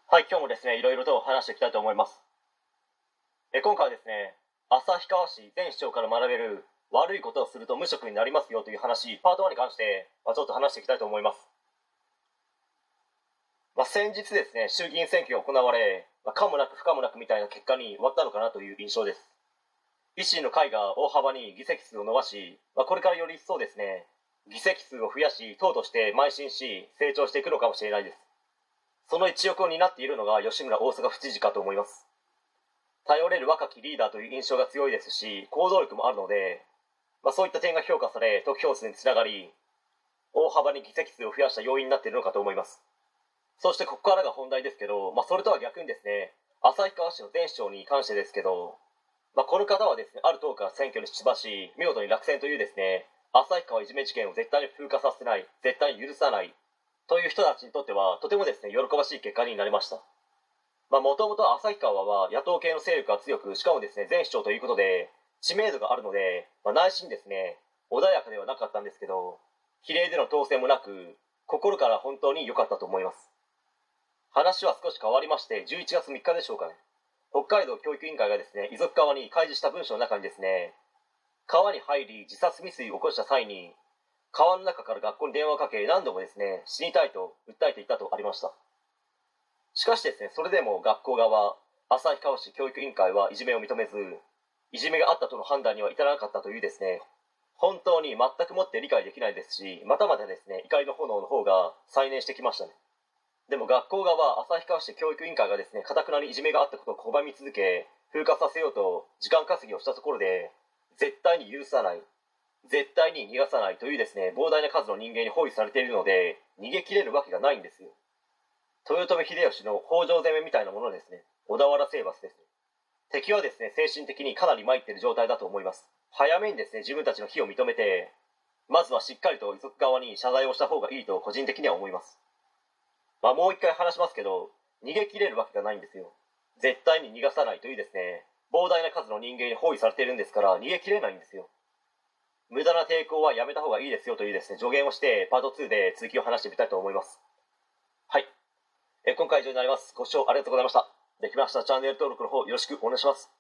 はい、今日もですね、いろいろと話していきたいと思います。今回はですね、旭川市前市長から学べる悪いことをすると無職になりますよという話、パート1に関して、ちょっと話していきたいと思います。先日ですね、衆議院選挙が行われ、可もなく不可もなくみたいな結果に終わったのかなという印象です。維新の会が大幅に議席数を伸ばし、これからより一層ですね、議席数を増やし、党として邁進し、成長していくのかもしれないです。その一翼を担っているのが吉村大阪府知事かと思います。頼れる若きリーダーという印象が強いですし、行動力もあるので、そういった点が評価され、得票数につながり、大幅に議席数を増やした要因になっているのかと思います。そしてここからが本題ですけど、それとは逆にですね、旭川市の前市長に関してですけど、この方はですね、ある党から選挙に出馬し、見事に落選というですね、旭川いじめ事件を絶対に風化させない、絶対に許さないという人たちにとっては、とてもですね、喜ばしい結果になりました。もともと旭川は野党系の勢力が強く、しかもですね、前市長ということで知名度があるので、内心ですね、穏やかではなかったんですけど、比例での当選もなく、心から本当に良かったと思います。話は少し変わりまして、11月3日でしょうかね、北海道教育委員会がですね、遺族側に開示した文書の中にですね、川に入り自殺未遂を起こした際に、川の中から学校に電話をかけ、何度もですね、死にたいと訴えていたとありました。しかしですね、それでも学校側、旭川市教育委員会はいじめを認めず、いじめがあったとの判断には至らなかったというですね、本当に全くもって理解できないですし、またまたですね、怒りの炎の方が再燃してきましたね。でも学校側、旭川市教育委員会がですね、堅くなにいじめがあったことを拒み続け、風化させようと時間稼ぎをしたところで、絶対に許さない、絶対に逃がさないというですね、膨大な数の人間に包囲されているので、逃げ切れるわけがないんですよ。豊臣秀吉の北条攻めみたいなものですね。小田原征伐ですね。敵はですね、精神的にかなり参っている状態だと思います。早めにですね、自分たちの非を認めて、まずはしっかりと遺族側に謝罪をした方がいいと個人的には思います。もう一回話しますけど、逃げ切れるわけがないんですよ。絶対に逃がさないというですね、膨大な数の人間に包囲されているんですから、逃げ切れないんですよ。無駄な抵抗はやめた方がいいですよというですね、助言をしてパート2で続きを話してみたいと思います。はい。今回以上になります。ご視聴ありがとうございました。できましたらチャンネル登録の方よろしくお願いします。